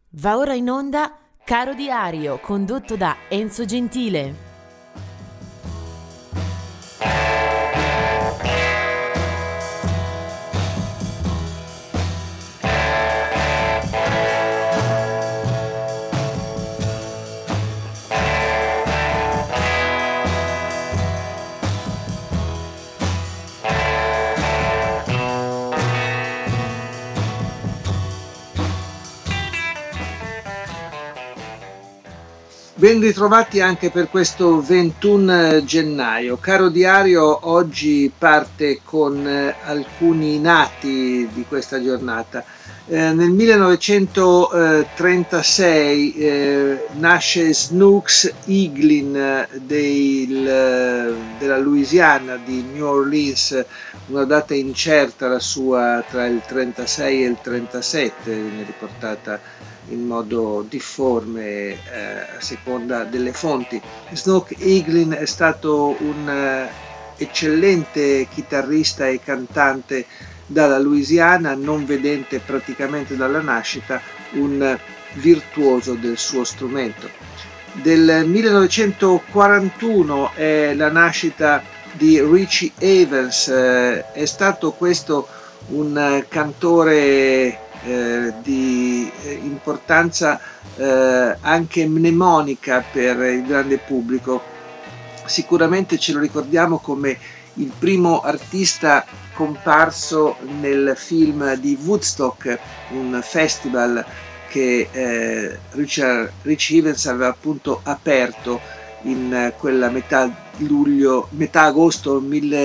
Va ora in onda Caro Diario, condotto da Enzo Gentile. Ben ritrovati anche per questo 21 gennaio. Caro Diario, oggi parte con alcuni nati di questa giornata. Nel 1936 nasce Snooks Eaglin della Louisiana, di New Orleans, una data incerta la sua, tra il 36 e il 37, viene riportata in modo difforme a seconda delle fonti. Snooks Eaglin è stato un eccellente chitarrista e cantante dalla Louisiana, non vedente praticamente dalla nascita, un virtuoso del suo strumento. Del 1941 è la nascita di Richie Havens, è stato questo un cantore di importanza anche mnemonica per il grande pubblico. Sicuramente ce lo ricordiamo come il primo artista comparso nel film di Woodstock, un festival che Richie Havens aveva appunto aperto in quella metà agosto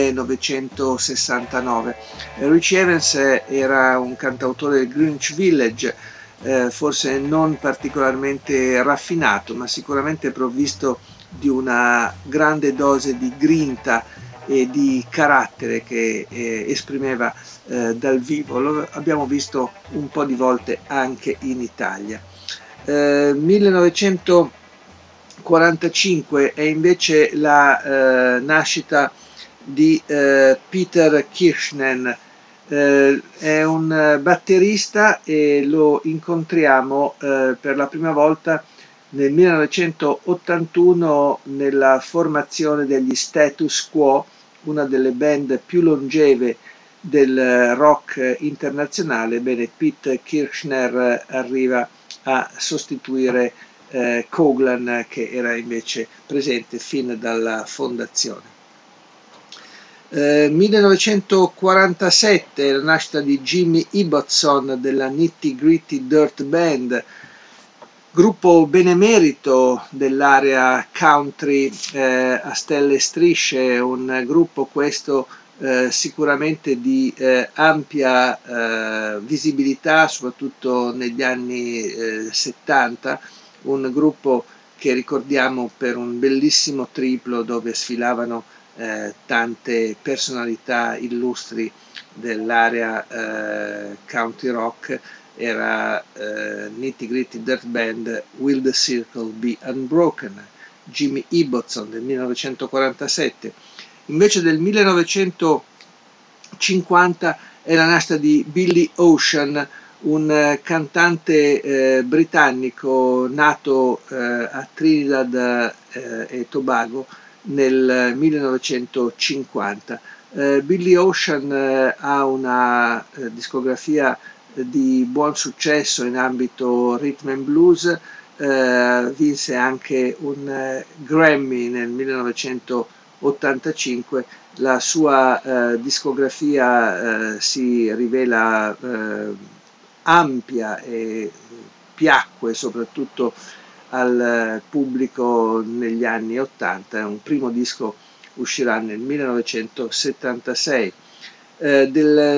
1969. Richie Havens era un cantautore del Greenwich Village, forse non particolarmente raffinato, ma sicuramente provvisto di una grande dose di grinta e di carattere che esprimeva dal vivo. Lo abbiamo visto un po' di volte anche in Italia. 1945 è invece la nascita di Peter Kirchner. È un batterista e lo incontriamo per la prima volta nel 1981 nella formazione degli Status Quo, una delle band più longeve del rock internazionale. Bene, Pete Kirchner arriva a sostituire Coughlan, che era invece presente fin dalla fondazione. 1947 la nascita di Jimmy Ibbotson della Nitty Gritty Dirt Band, gruppo benemerito dell'area country a stelle e strisce, un gruppo questo sicuramente di ampia visibilità, soprattutto negli anni 70, un gruppo che ricordiamo per un bellissimo triplo dove sfilavano tante personalità illustri dell'area country rock. Era Nitty Gritty Dirt Band, Will the Circle Be Unbroken, Jimmy Ibbotson del 1947. Invece del 1950 è la nascita di Billy Ocean, un cantante britannico nato a Trinidad e Tobago nel 1950. Billy Ocean ha una discografia di buon successo in ambito rhythm and blues, vinse anche un Grammy nel 1985. La sua discografia si rivela ampia e piacque soprattutto al pubblico negli anni 80. Un primo disco uscirà nel 1976. Del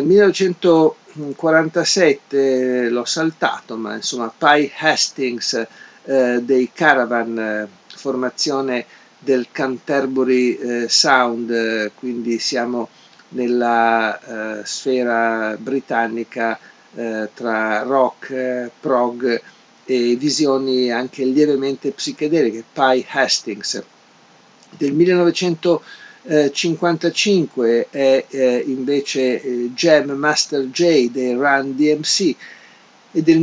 1947 l'ho saltato, ma insomma Pye Hastings dei Caravan, formazione del Canterbury Sound, quindi siamo nella sfera britannica tra rock, prog e visioni anche lievemente psichedeliche. Pye Hastings. Del 1955 è invece Jam Master Jay dei Run DMC, e del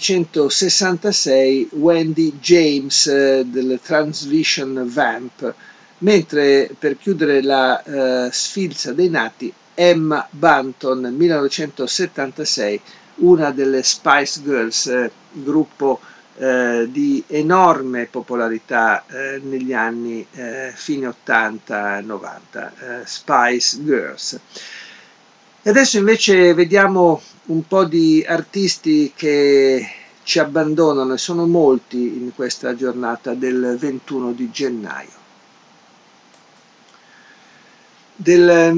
1966 Wendy James del Transvision Vamp, mentre per chiudere la sfilza dei nati Emma Bunton 1976, una delle Spice Girls, gruppo di enorme popolarità negli anni fine 80-90, Spice Girls. E adesso invece vediamo un po' di artisti che ci abbandonano, e sono molti in questa giornata del 21 di gennaio. Del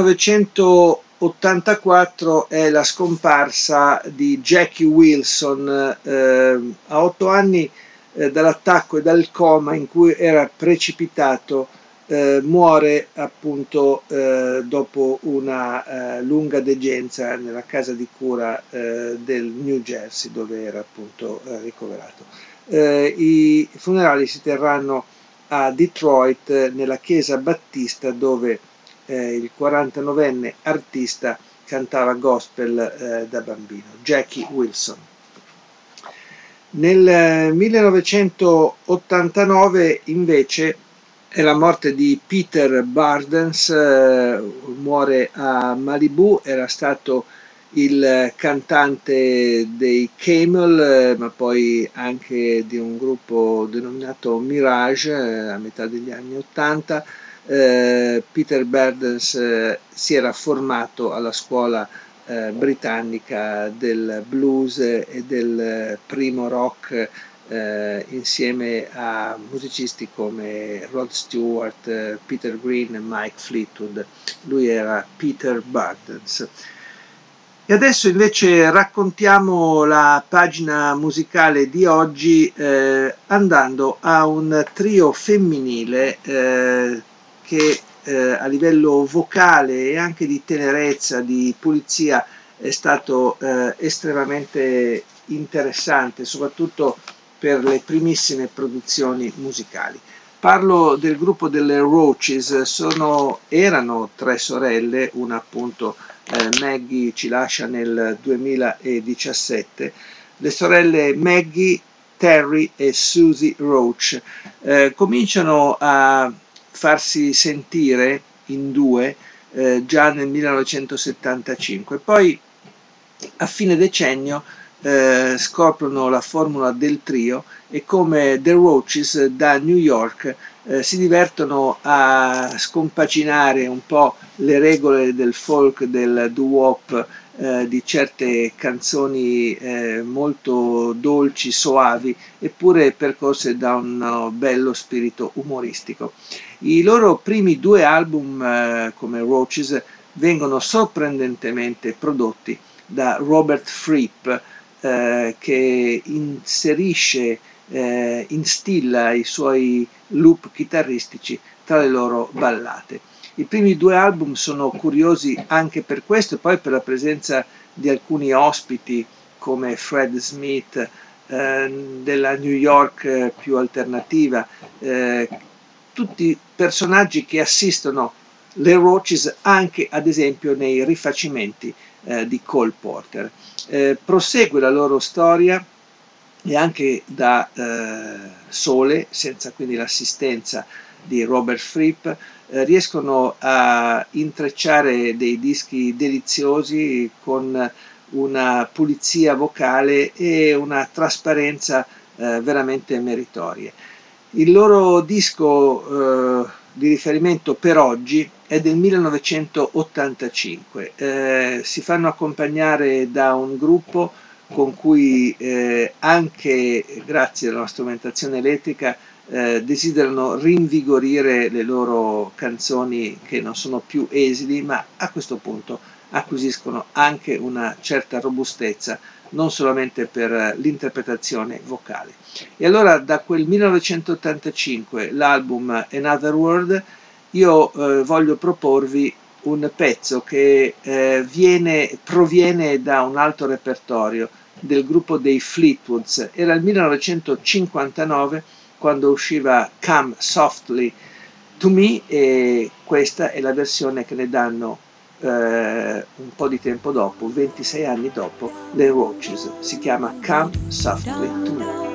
1984 è la scomparsa di Jackie Wilson, a 8 anni dall'attacco e dal coma in cui era precipitato. Muore appunto dopo una lunga degenza nella casa di cura del New Jersey, dove era appunto ricoverato. I funerali si terranno a Detroit, nella chiesa battista, dove il 49enne artista cantava gospel da bambino, Jackie Wilson. Nel 1989 invece è la morte di Peter Burdens, muore a Malibu, era stato il cantante dei Camel, ma poi anche di un gruppo denominato Mirage a metà degli anni 80. Peter Burdens si era formato alla scuola britannica del blues e del primo rock insieme a musicisti come Rod Stewart, Peter Green e Mike Fleetwood. Lui era Peter Burdens. E adesso invece raccontiamo la pagina musicale di oggi andando a un trio femminile che a livello vocale e anche di tenerezza, di pulizia è stato estremamente interessante, soprattutto per le primissime produzioni musicali. Parlo del gruppo delle Roaches, erano 3 sorelle, una appunto Maggie ci lascia nel 2017, le sorelle Maggie, Terry e Susie Roach cominciano a farsi sentire in due già nel 1975, poi a fine decennio scoprono la formula del trio e come The Roaches da New York si divertono a scompaginare un po' le regole del folk, del doo-wop, di certe canzoni molto dolci, soavi, eppure percorse da un bello spirito umoristico. I loro primi 2 album come Roaches vengono sorprendentemente prodotti da Robert Fripp, che inserisce, instilla i suoi loop chitarristici tra le loro ballate. I primi 2 album sono curiosi anche per questo, e poi per la presenza di alcuni ospiti come Fred Smith della New York più alternativa, tutti personaggi che assistono le Roaches anche ad esempio nei rifacimenti di Cole Porter. Prosegue la loro storia e anche da sole, senza quindi l'assistenza di Robert Fripp, riescono a intrecciare dei dischi deliziosi con una pulizia vocale e una trasparenza veramente meritorie. Il loro disco di riferimento per oggi è del 1985, si fanno accompagnare da un gruppo con cui anche grazie alla strumentazione elettrica desiderano rinvigorire le loro canzoni che non sono più esili, ma a questo punto acquisiscono anche una certa robustezza, non solamente per l'interpretazione vocale. E allora da quel 1985, l'album Another World, io voglio proporvi un pezzo che proviene da un altro repertorio del gruppo dei Fleetwoods. Era il 1959 quando usciva Come Softly to Me, e questa è la versione che ne danno un po' di tempo dopo, 26 anni dopo, The Roaches. Si chiama Come Softly to Me.